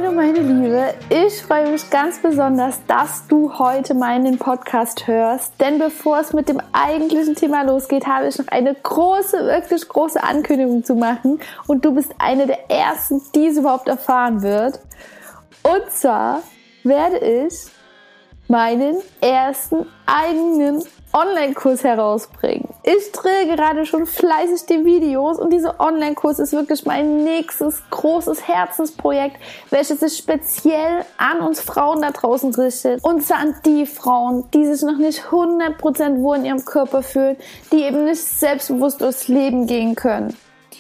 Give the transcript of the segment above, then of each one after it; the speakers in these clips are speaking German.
Hallo meine Liebe, ich freue mich ganz besonders, dass du heute meinen Podcast hörst, denn bevor es mit dem eigentlichen Thema losgeht, habe ich noch eine wirklich große Ankündigung zu machen und du bist eine der Ersten, die es überhaupt erfahren wird. Und zwar werde ich meinen ersten eigenen Online-Kurs herausbringen. Ich drehe gerade schon fleißig die Videos und dieser Online-Kurs ist wirklich mein nächstes großes Herzensprojekt, welches sich speziell an uns Frauen da draußen richtet. Und zwar an die Frauen, die sich noch nicht 100% wohl in ihrem Körper fühlen, die eben nicht selbstbewusst durchs Leben gehen können.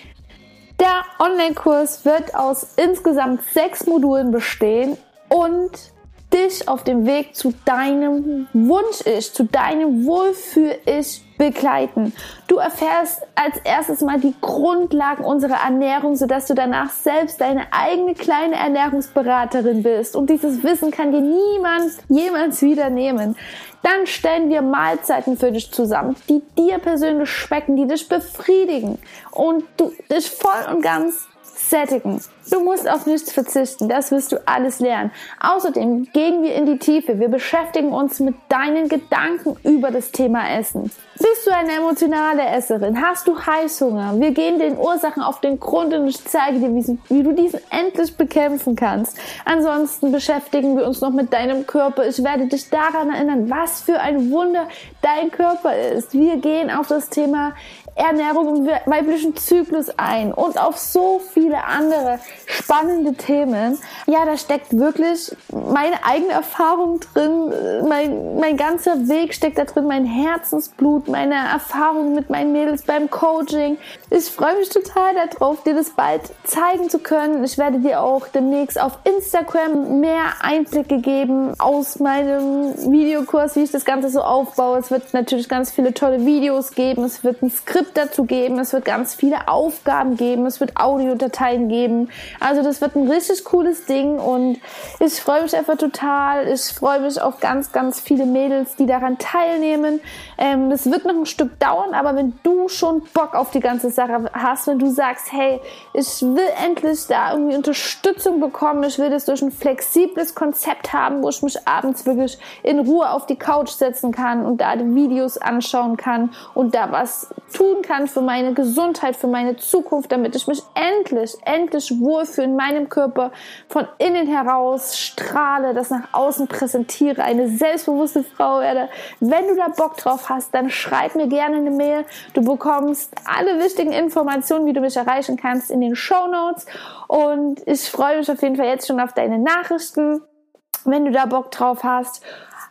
Der Online-Kurs wird aus insgesamt 6 Modulen bestehen und dich auf dem Weg zu deinem Wunsch-Ich, zu deinem Wohlfühl-Ich begleiten. Du erfährst als erstes mal die Grundlagen unserer Ernährung, sodass du danach selbst deine eigene kleine Ernährungsberaterin bist. Und dieses Wissen kann dir niemand jemals wieder nehmen. Dann stellen wir Mahlzeiten für dich zusammen, die dir persönlich schmecken, die dich befriedigen und du dich voll und ganz sättigen. Du musst auf nichts verzichten, das wirst du alles lernen. Außerdem gehen wir in die Tiefe. Wir beschäftigen uns mit deinen Gedanken über das Thema Essen. Bist du eine emotionale Esserin? Hast du Heißhunger? Wir gehen den Ursachen auf den Grund und ich zeige dir, wie du diesen endlich bekämpfen kannst. Ansonsten beschäftigen wir uns noch mit deinem Körper. Ich werde dich daran erinnern, was für ein Wunder dein Körper ist. Wir gehen auf das Thema Ernährung im weiblichen Zyklus ein und auf so viele andere spannende Themen. Ja, da steckt wirklich meine eigene Erfahrung drin, mein ganzer Weg steckt da drin, mein Herzensblut, meine Erfahrung mit meinen Mädels beim Coaching. Ich freue mich total darauf, dir das bald zeigen zu können. Ich werde dir auch demnächst auf Instagram mehr Einblicke geben aus meinem Videokurs, wie ich das Ganze so aufbaue. Es wird natürlich ganz viele tolle Videos geben, es wird ein Skript dazu geben, es wird ganz viele Aufgaben geben, es wird Audiodateien geben. Also das wird ein richtig cooles Ding und ich freue mich einfach total. Ich freue mich auf ganz, ganz viele Mädels, die daran teilnehmen. Es wird noch ein Stück dauern, aber wenn du schon Bock auf die ganze Sache hast, wenn du sagst, hey, ich will endlich da irgendwie Unterstützung bekommen, ich will das durch ein flexibles Konzept haben, wo ich mich abends wirklich in Ruhe auf die Couch setzen kann und da die Videos anschauen kann und da was tun kann für meine Gesundheit, für meine Zukunft, damit ich mich endlich wohlfühle in meinem Körper, von innen heraus strahle, das nach außen präsentiere, eine selbstbewusste Frau werde. Wenn du da Bock drauf hast, dann schreib mir gerne eine Mail. Du bekommst alle wichtigen Informationen, wie du mich erreichen kannst, in den Shownotes und ich freue mich auf jeden Fall jetzt schon auf deine Nachrichten, wenn du da Bock drauf hast.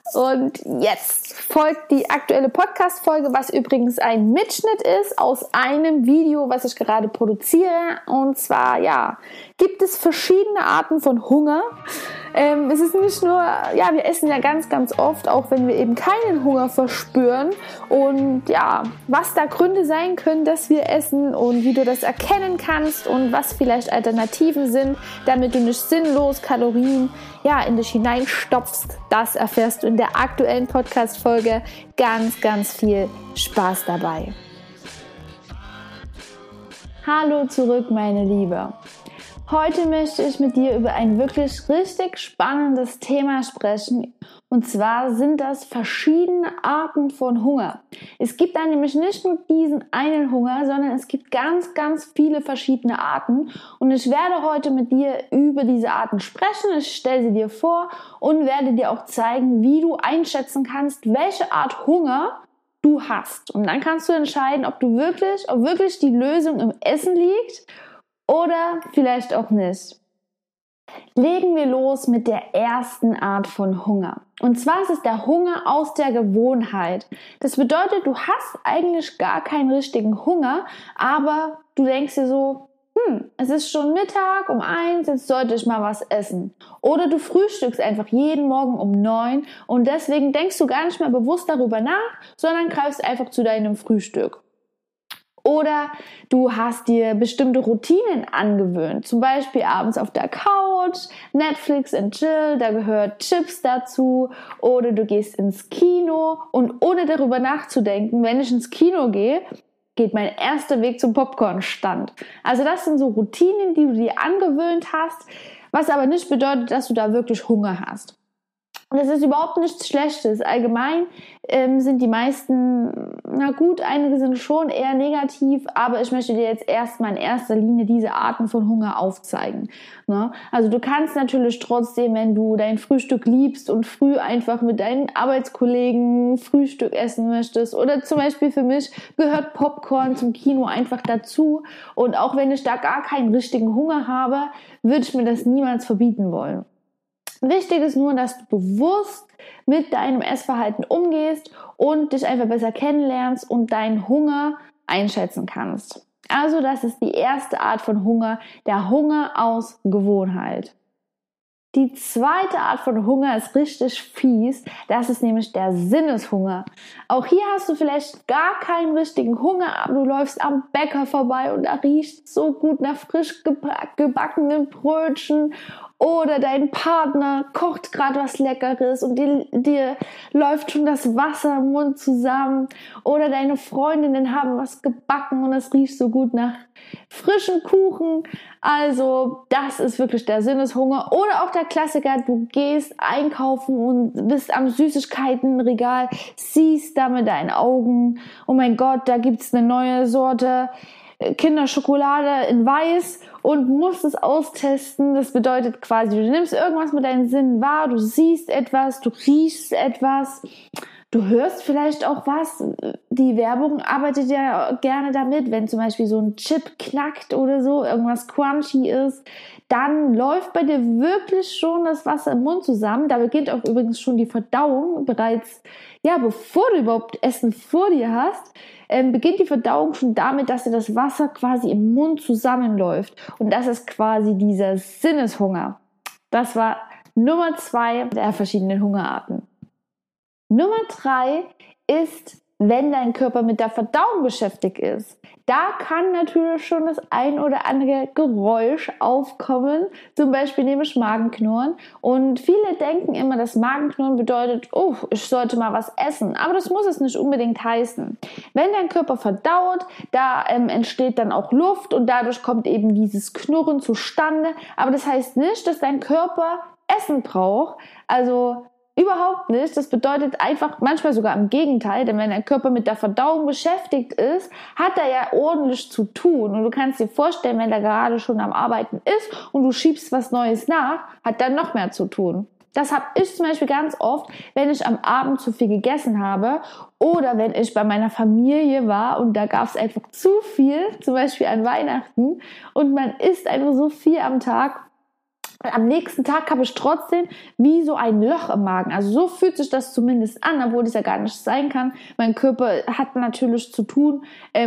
Und jetzt folgt die aktuelle Podcast-Folge, was übrigens ein Mitschnitt ist aus einem Video, was ich gerade produziere. Und zwar, gibt es verschiedene Arten von Hunger. Es ist nicht nur, wir essen ja ganz, ganz oft, auch wenn wir eben keinen Hunger verspüren. Und was da Gründe sein können, dass wir essen und wie du das erkennen kannst und was vielleicht Alternativen sind, damit du nicht sinnlos Kalorien in dich hineinstopfst, das erfährst du in der aktuellen Podcast-Folge. Ganz, ganz viel Spaß dabei. Hallo zurück, meine Liebe. Heute möchte ich mit dir über ein wirklich richtig spannendes Thema sprechen. Und zwar sind das verschiedene Arten von Hunger. Es gibt da nämlich nicht nur diesen einen Hunger, sondern es gibt ganz, ganz viele verschiedene Arten. Und ich werde heute mit dir über diese Arten sprechen. Ich stelle sie dir vor und werde dir auch zeigen, wie du einschätzen kannst, welche Art Hunger du hast. Und dann kannst du entscheiden, ob wirklich die Lösung im Essen liegt oder vielleicht auch nicht. Legen wir los mit der ersten Art von Hunger. Und zwar ist es der Hunger aus der Gewohnheit. Das bedeutet, du hast eigentlich gar keinen richtigen Hunger, aber du denkst dir so, es ist schon Mittag um 1, jetzt sollte ich mal was essen. Oder du frühstückst einfach jeden Morgen um 9 und deswegen denkst du gar nicht mehr bewusst darüber nach, sondern greifst einfach zu deinem Frühstück. Oder du hast dir bestimmte Routinen angewöhnt, zum Beispiel abends auf der Couch, Netflix and Chill, da gehört Chips dazu. Oder du gehst ins Kino und ohne darüber nachzudenken, wenn ich ins Kino gehe geht mein erster Weg zum Popcornstand. Also das sind so Routinen, die du dir angewöhnt hast, was aber nicht bedeutet, dass du da wirklich Hunger hast. Und das ist überhaupt nichts Schlechtes. Allgemein sind die meisten, na gut, einige sind schon eher negativ, aber ich möchte dir jetzt erstmal in erster Linie diese Arten von Hunger aufzeigen. Ne? Also du kannst natürlich trotzdem, wenn du dein Frühstück liebst und früh einfach mit deinen Arbeitskollegen Frühstück essen möchtest, oder zum Beispiel für mich gehört Popcorn zum Kino einfach dazu. Und auch wenn ich da gar keinen richtigen Hunger habe, würde ich mir das niemals verbieten wollen. Wichtig ist nur, dass du bewusst mit deinem Essverhalten umgehst und dich einfach besser kennenlernst und deinen Hunger einschätzen kannst. Also das ist die erste Art von Hunger, der Hunger aus Gewohnheit. Die zweite Art von Hunger ist richtig fies, das ist nämlich der Sinneshunger. Auch hier hast du vielleicht gar keinen richtigen Hunger, aber du läufst am Bäcker vorbei und da riecht so gut nach frisch gebackenen Brötchen. Oder dein Partner kocht gerade was Leckeres und dir läuft schon das Wasser im Mund zusammen. Oder deine Freundinnen haben was gebacken und es riecht so gut nach frischen Kuchen. Also das ist wirklich der Sinneshunger. Oder auch der Klassiker, du gehst einkaufen und bist am Süßigkeitenregal, siehst da mit deinen Augen, oh mein Gott, da gibt's eine neue Sorte Kinderschokolade in weiß und musst es austesten. Das bedeutet quasi, du nimmst irgendwas mit deinen Sinnen wahr, du siehst etwas, du riechst etwas, du hörst vielleicht auch was. Die Werbung arbeitet ja gerne damit, wenn zum Beispiel so ein Chip knackt oder so, irgendwas crunchy ist, dann läuft bei dir wirklich schon das Wasser im Mund zusammen. Da beginnt auch übrigens schon die Verdauung bereits, ja, bevor du überhaupt Essen vor dir hast, beginnt die Verdauung schon damit, dass dir das Wasser quasi im Mund zusammenläuft. Und das ist quasi dieser Sinneshunger. Das war Nummer 2 der verschiedenen Hungerarten. Nummer 3 ist, wenn dein Körper mit der Verdauung beschäftigt ist. Da kann natürlich schon das ein oder andere Geräusch aufkommen, zum Beispiel nämlich Magenknurren. Und viele denken immer, dass Magenknurren bedeutet, oh, ich sollte mal was essen. Aber das muss es nicht unbedingt heißen. Wenn dein Körper verdaut, da entsteht dann auch Luft und dadurch kommt eben dieses Knurren zustande. Aber das heißt nicht, dass dein Körper Essen braucht. Also überhaupt nicht. Das bedeutet einfach manchmal sogar im Gegenteil, denn wenn dein Körper mit der Verdauung beschäftigt ist, hat er ja ordentlich zu tun. Und du kannst dir vorstellen, wenn er gerade schon am Arbeiten ist und du schiebst was Neues nach, hat er noch mehr zu tun. Das habe ich zum Beispiel ganz oft, wenn ich am Abend zu viel gegessen habe oder wenn ich bei meiner Familie war und da gab es einfach zu viel, zum Beispiel an Weihnachten, und man isst einfach so viel am Tag. Am nächsten Tag habe ich trotzdem wie so ein Loch im Magen. Also so fühlt sich das zumindest an, obwohl das ja gar nicht sein kann. Mein Körper hat natürlich zu tun,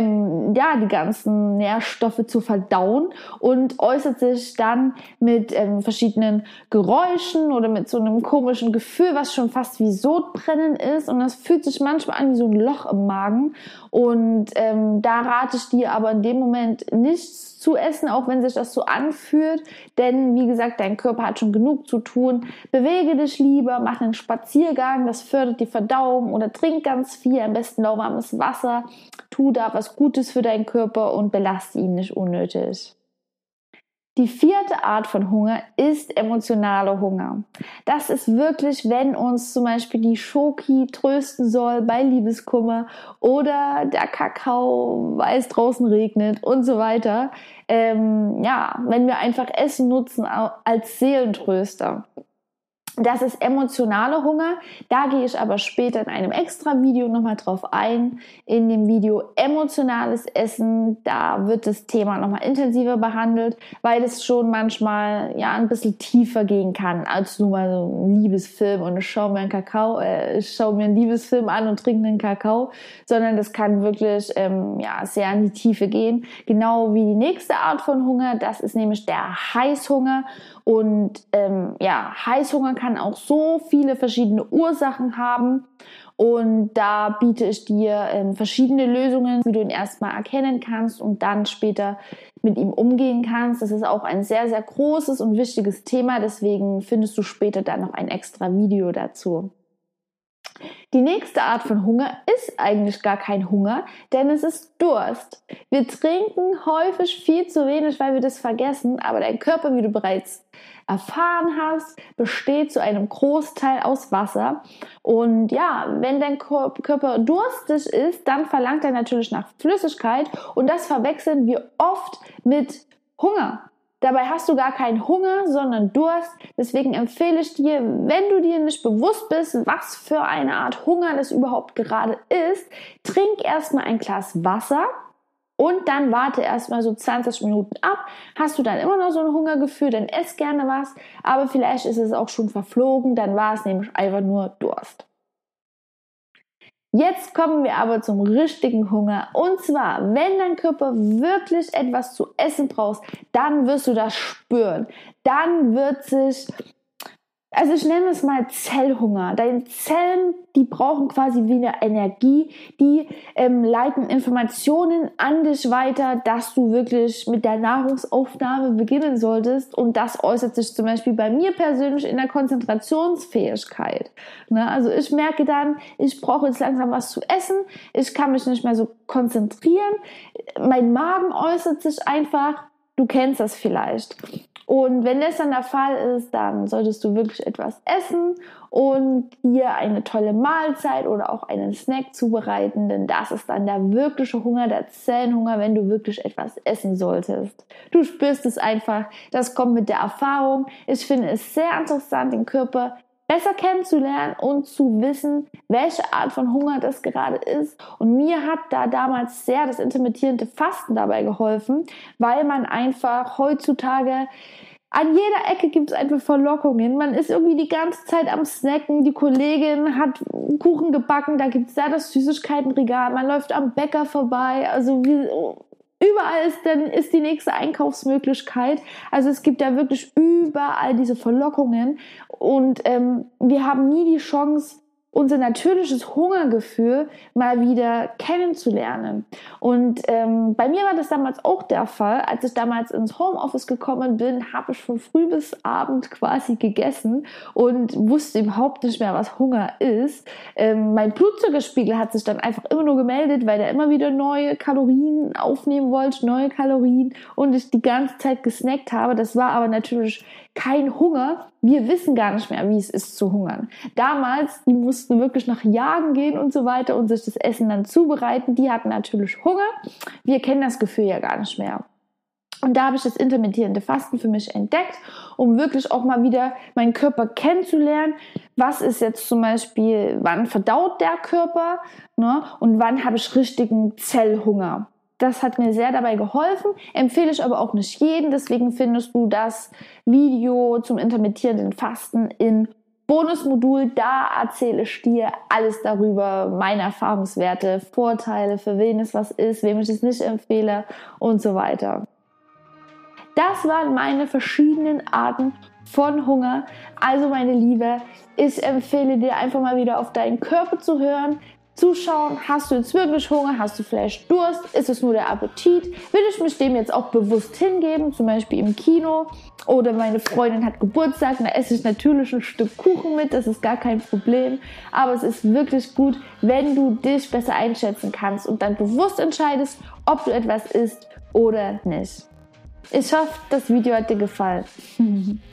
die ganzen Nährstoffe zu verdauen und äußert sich dann mit verschiedenen Geräuschen oder mit so einem komischen Gefühl, was schon fast wie Sodbrennen ist. Und das fühlt sich manchmal an wie so ein Loch im Magen. Und da rate ich dir aber in dem Moment nichts zu essen, auch wenn sich das so anfühlt, denn wie gesagt, dein Körper hat schon genug zu tun. Bewege dich lieber, mach einen Spaziergang, das fördert die Verdauung, oder trink ganz viel, am besten lauwarmes Wasser, tu da was Gutes für deinen Körper und belaste ihn nicht unnötig. Die 4. Art von Hunger ist emotionaler Hunger. Das ist wirklich, wenn uns zum Beispiel die Schoki trösten soll bei Liebeskummer oder der Kakao, weil es draußen regnet und so weiter. Wenn wir einfach Essen nutzen als Seelentröster. Das ist emotionaler Hunger. Da gehe ich aber später in einem extra Video nochmal drauf ein. In dem Video emotionales Essen, da wird das Thema nochmal intensiver behandelt, weil es schon manchmal ein bisschen tiefer gehen kann als nur mal so ein Liebesfilm und ich schaue mir einen Liebesfilm an und trinke einen Kakao, sondern das kann wirklich sehr in die Tiefe gehen. Genau wie die nächste Art von Hunger, das ist nämlich der Heißhunger. Und Heißhunger kann auch so viele verschiedene Ursachen haben. Und da biete ich dir verschiedene Lösungen, wie du ihn erstmal erkennen kannst und dann später mit ihm umgehen kannst. Das ist auch ein sehr, sehr großes und wichtiges Thema. Deswegen findest du später dann noch ein extra Video dazu. Die nächste Art von Hunger ist eigentlich gar kein Hunger, denn es ist Durst. Wir trinken häufig viel zu wenig, weil wir das vergessen, aber dein Körper, wie du bereits erfahren hast, besteht zu einem Großteil aus Wasser. Und ja, wenn dein Körper durstig ist, dann verlangt er natürlich nach Flüssigkeit und das verwechseln wir oft mit Hunger. Dabei hast du gar keinen Hunger, sondern Durst. Deswegen empfehle ich dir, wenn du dir nicht bewusst bist, was für eine Art Hunger das überhaupt gerade ist, trink erstmal ein Glas Wasser und dann warte erstmal so 20 Minuten ab. Hast du dann immer noch so ein Hungergefühl, dann ess gerne was, aber vielleicht ist es auch schon verflogen, dann war es nämlich einfach nur Durst. Jetzt kommen wir aber zum richtigen Hunger. Und zwar, wenn dein Körper wirklich etwas zu essen braucht, dann wirst du das spüren. Dann wird sich, also ich nenne es mal Zellhunger. Deine Zellen, die brauchen quasi wieder Energie, die leiten Informationen an dich weiter, dass du wirklich mit der Nahrungsaufnahme beginnen solltest. Und das äußert sich zum Beispiel bei mir persönlich in der Konzentrationsfähigkeit. Ne? Also ich merke dann, ich brauche jetzt langsam was zu essen, ich kann mich nicht mehr so konzentrieren, mein Magen äußert sich einfach, du kennst das vielleicht. Und wenn das dann der Fall ist, dann solltest du wirklich etwas essen und dir eine tolle Mahlzeit oder auch einen Snack zubereiten, denn das ist dann der wirkliche Hunger, der Zellenhunger, wenn du wirklich etwas essen solltest. Du spürst es einfach, das kommt mit der Erfahrung. Ich finde es sehr interessant, den Körper besser kennenzulernen und zu wissen, welche Art von Hunger das gerade ist. Und mir hat da damals sehr das intermittierende Fasten dabei geholfen, weil man einfach heutzutage an jeder Ecke gibt es einfach Verlockungen. Man ist irgendwie die ganze Zeit am Snacken. Die Kollegin hat Kuchen gebacken, da gibt es da das Süßigkeitenregal. Man läuft am Bäcker vorbei. Also überall ist die nächste Einkaufsmöglichkeit. Also es gibt ja wirklich überall diese Verlockungen. Und wir haben nie die Chance, unser natürliches Hungergefühl mal wieder kennenzulernen. Und bei mir war das damals auch der Fall. Als ich damals ins Homeoffice gekommen bin, habe ich von früh bis Abend quasi gegessen und wusste überhaupt nicht mehr, was Hunger ist. Mein Blutzuckerspiegel hat sich dann einfach immer nur gemeldet, weil der immer wieder neue Kalorien aufnehmen wollte, neue Kalorien und ich die ganze Zeit gesnackt habe. Das war aber natürlich kein Hunger. Wir wissen gar nicht mehr, wie es ist zu hungern. Damals, die mussten wirklich nach Jagen gehen und so weiter und sich das Essen dann zubereiten. Die hatten natürlich Hunger. Wir kennen das Gefühl ja gar nicht mehr. Und da habe ich das intermittierende Fasten für mich entdeckt, um wirklich auch mal wieder meinen Körper kennenzulernen. Was ist jetzt zum Beispiel, wann verdaut der Körper, ne? Und wann habe ich richtigen Zellhunger. Das hat mir sehr dabei geholfen, empfehle ich aber auch nicht jedem. Deswegen findest du das Video zum intermittierenden Fasten im Bonusmodul. Da erzähle ich dir alles darüber, meine Erfahrungswerte, Vorteile, für wen es was ist, wem ich es nicht empfehle und so weiter. Das waren meine verschiedenen Arten von Hunger. Also meine Liebe, ich empfehle dir einfach mal wieder auf deinen Körper zu hören, zuschauen, hast du jetzt wirklich Hunger, hast du vielleicht Durst, ist es nur der Appetit, will ich mich dem jetzt auch bewusst hingeben, zum Beispiel im Kino oder meine Freundin hat Geburtstag, da esse ich natürlich ein Stück Kuchen mit, das ist gar kein Problem, aber es ist wirklich gut, wenn du dich besser einschätzen kannst und dann bewusst entscheidest, ob du etwas isst oder nicht. Ich hoffe, das Video hat dir gefallen.